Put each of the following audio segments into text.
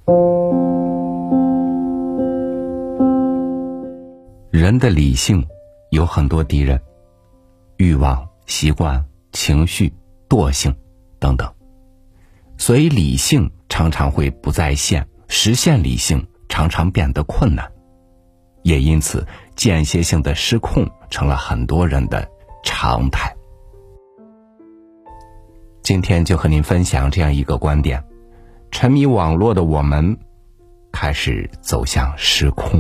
人的理性有很多敌人，欲望、习惯、情绪、惰性等等，所以理性常常会不在线，实现理性常常变得困难，也因此间歇性的失控成了很多人的常态。今天就和您分享这样一个观点：沉迷网络的我们开始走向失控。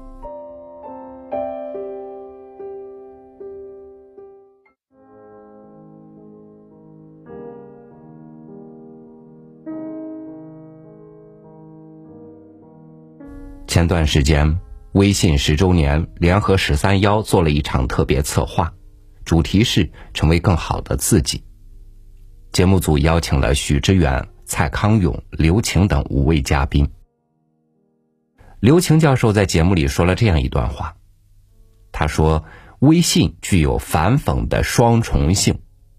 前段时间，微信10周年联合13做了一场特别策划，主题是成为更好的自己。节目组邀请了许知远、蔡康永、刘擎等5位嘉宾。刘擎教授在节目里说了这样一段话，他说，微信具有反讽的双重性。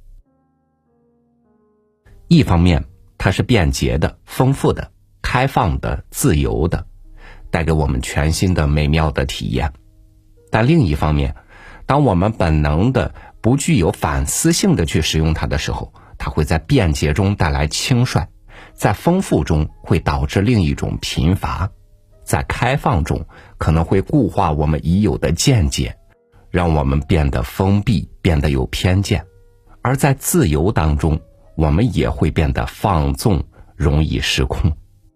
一方面，它是便捷的、丰富的、开放的、自由的，带给我们全新的美妙的体验。但另一方面，当我们本能的不具有反思性的去使用它的时候，它会在便捷中带来轻率，在丰富中会导致另一种贫乏，在开放中可能会固化我们已有的见解，让我们变得封闭，变得有偏见。而在自由当中，我们也会变得放纵，容易失控。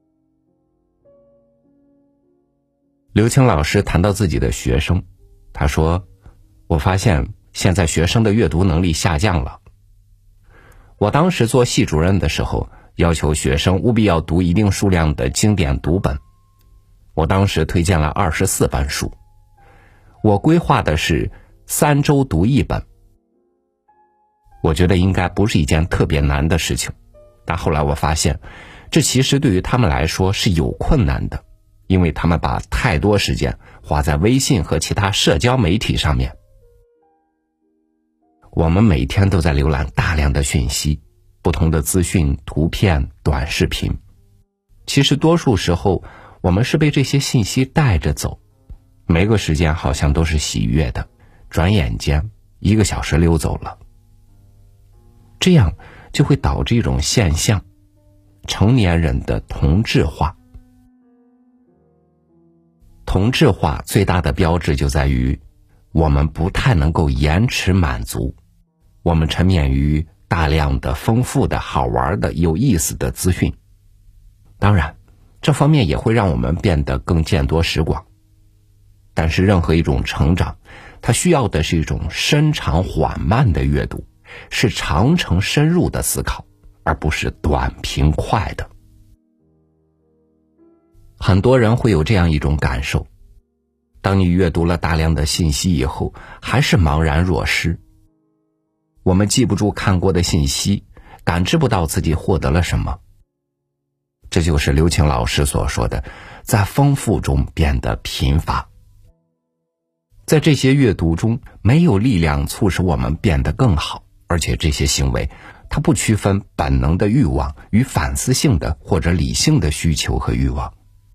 刘擎老师谈到自己的学生，他说，我发现现在学生的阅读能力下降了。我当时做系主任的时候，要求学生务必要读一定数量的经典读本。我当时推荐了24本书，我规划的是3周读1本。我觉得应该不是一件特别难的事情，但后来我发现，这其实对于他们来说是有困难的，因为他们把太多时间花在微信和其他社交媒体上面。我们每天都在浏览大量的讯息，不同的资讯、图片、短视频。其实多数时候，我们是被这些信息带着走，每个时间好像都是喜悦的，转眼间1个小时溜走了。这样就会导致一种现象，成年人的同质化。同质化最大的标志就在于，我们不太能够延迟满足，我们沉湎于大量的丰富的、好玩的、有意思的资讯。当然，这方面也会让我们变得更见多识广。但是任何一种成长，它需要的是一种深长缓慢的阅读，是长程深入的思考，而不是短平快的。很多人会有这样一种感受，当你阅读了大量的信息以后，还是茫然若失。我们记不住看过的信息，感知不到自己获得了什么。这就是刘擎老师所说的，在丰富中变得贫乏。在这些阅读中，没有力量促使我们变得更好，而且这些行为，它不区分本能的欲望与反思性的或者理性的需求和欲望。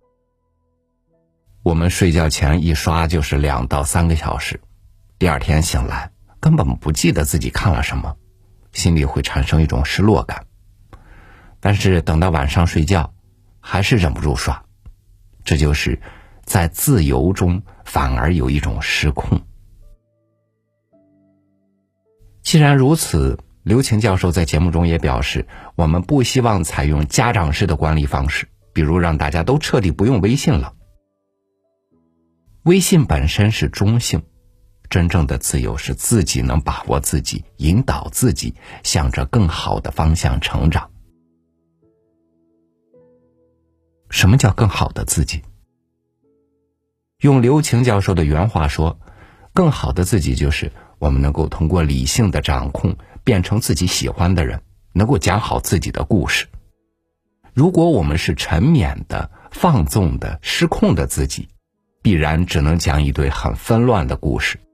我们睡觉前一刷就是2到3个小时，第二天醒来根本不记得自己看了什么，心里会产生一种失落感。但是等到晚上睡觉，还是忍不住刷。这就是在自由中反而有一种失控。既然如此，刘擎教授在节目中也表示，我们不希望采用家长式的管理方式，比如让大家都彻底不用微信了。微信本身是中性，真正的自由是自己能把握自己，引导自己向着更好的方向成长。什么叫更好的自己？用刘擎教授的原话说，更好的自己就是我们能够通过理性的掌控，变成自己喜欢的人，能够讲好自己的故事。如果我们是沉湎的、放纵的、失控的自己，必然只能讲一堆很纷乱的故事。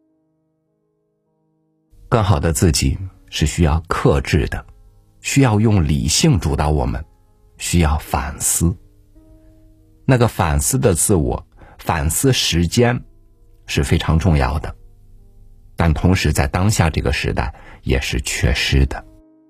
更好的自己是需要克制的，需要用理性主导我们，需要反思。 那个反思的自我，反思时间是非常重要的，但同时在当下这个时代也是缺失的。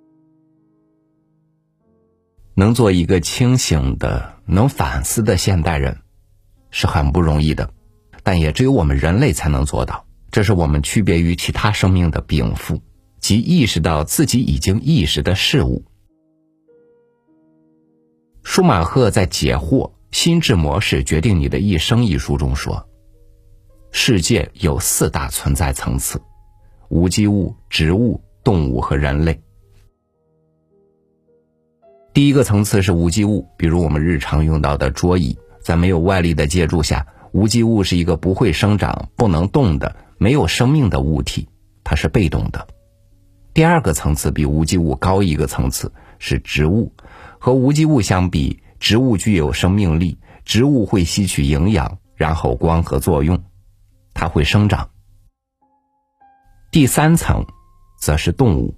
能做一个清醒的、能反思的现代人是很不容易的，但也只有我们人类才能做到。这是我们区别于其他生命的禀赋，即意识到自己已经意识的事物。舒马赫在《解惑：心智模式决定你的一生》一书中说，世界有4大存在层次：无机物、植物、动物和人类。第一个层次是无机物，比如我们日常用到的桌椅，在没有外力的借助下，无机物是一个不会生长、不能动的、没有生命的物体，它是被动的。第二个层次比无机物高一个层次是植物，和无机物相比，植物具有生命力，植物会吸取营养，然后光合作用，它会生长。第三层则是动物。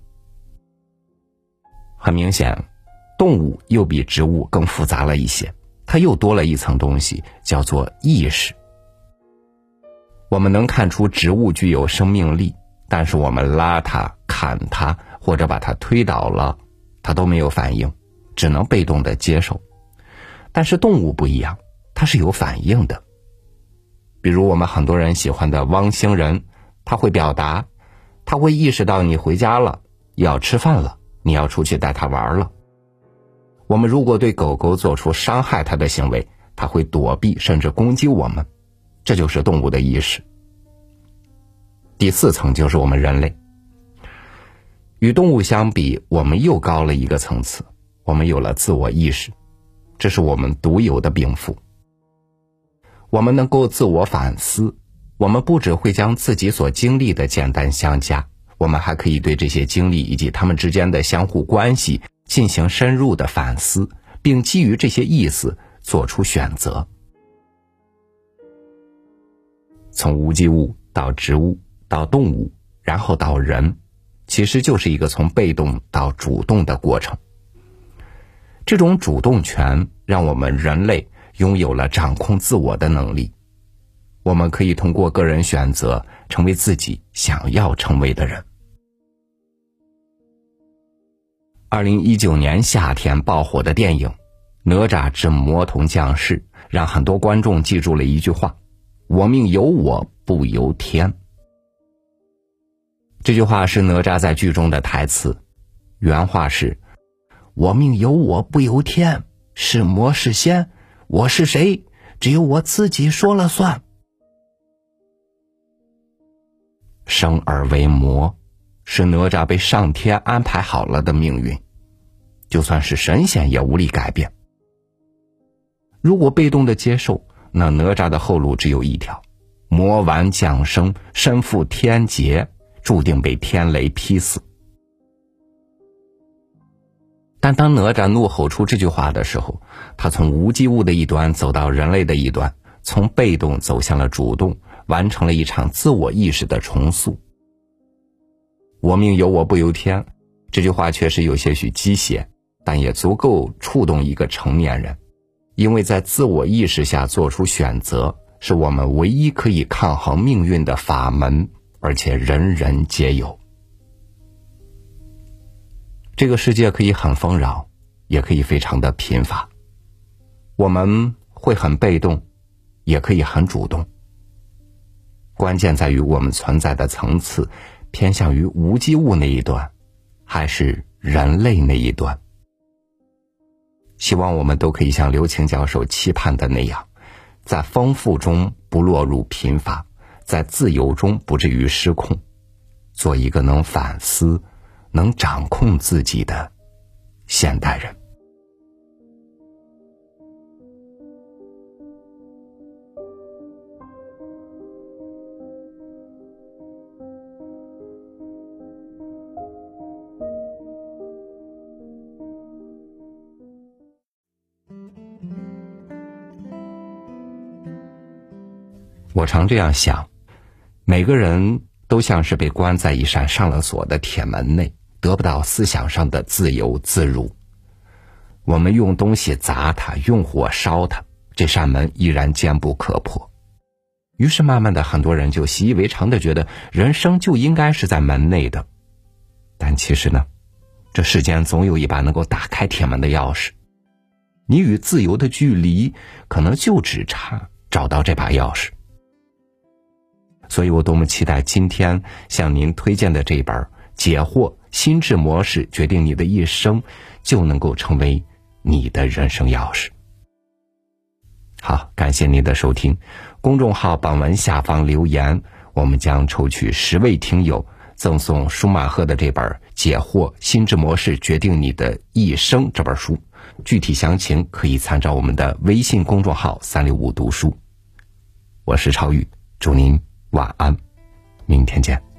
很明显，动物又比植物更复杂了一些，它又多了一层东西，叫做意识。我们能看出植物具有生命力，但是我们拉它、砍它，或者把它推倒了，它都没有反应，只能被动的接受。但是动物不一样，它是有反应的。比如我们很多人喜欢的汪星人，他会表达，他会意识到你回家了，要吃饭了，你要出去带它玩了。我们如果对狗狗做出伤害它的行为，它会躲避甚至攻击我们，这就是动物的意识。第4层就是我们人类。与动物相比，我们又高了一个层次，我们有了自我意识，这是我们独有的禀赋。我们能够自我反思，我们不只会将自己所经历的简单相加，我们还可以对这些经历以及它们之间的相互关系进行深入的反思，并基于这些意思做出选择。从无机物到植物到动物，然后到人，其实就是一个从被动到主动的过程。这种主动权让我们人类拥有了掌控自我的能力，我们可以通过个人选择成为自己想要成为的人。2019年夏天爆火的电影《哪吒之魔童降世》让很多观众记住了一句话：我命由我不由天。这句话是哪吒在剧中的台词，原话是：我命由我不由天，是魔是仙，我是谁，只有我自己说了算。生而为魔，是哪吒被上天安排好了的命运，就算是神仙也无力改变。如果被动的接受，那哪吒的后路只有一条：魔丸降生，身负天劫，注定被天雷劈死。但当哪吒怒吼出这句话的时候，他从无机物的一端走到人类的一端，从被动走向了主动，完成了一场自我意识的重塑。我命由我不由天，这句话确实有些许鸡血，但也足够触动一个成年人，因为在自我意识下做出选择，是我们唯一可以抗衡命运的法门，而且人人皆有。这个世界可以很丰饶，也可以非常的贫乏，我们会很被动，也可以很主动。关键在于我们存在的层次偏向于无机物那一端，还是人类那一端。希望我们都可以像刘擎教授期盼的那样，在丰富中不落入贫乏，在自由中不至于失控，做一个能反思、能掌控自己的现代人。我常这样想，每个人都像是被关在一扇上了锁的铁门内，得不到思想上的自由自如。我们用东西砸它，用火烧它， 这扇门依然坚不可破。于是慢慢的，很多人就习以为常的觉得人生就应该是在门内的。但其实呢，这世间总有一把能够打开铁门的钥匙，你与自由的距离可能就只差找到这把钥匙。所以我多么期待今天向您推荐的这本《解惑：心智模式决定你的一生》就能够成为你的人生钥匙。好，感谢您的收听。公众号本文下方留言，我们将抽取10位听友赠送舒马赫的这本《解惑：心智模式决定你的一生》这本书。具体详情可以参照我们的微信公众号365读书。我是超宇，祝您晚安，明天见。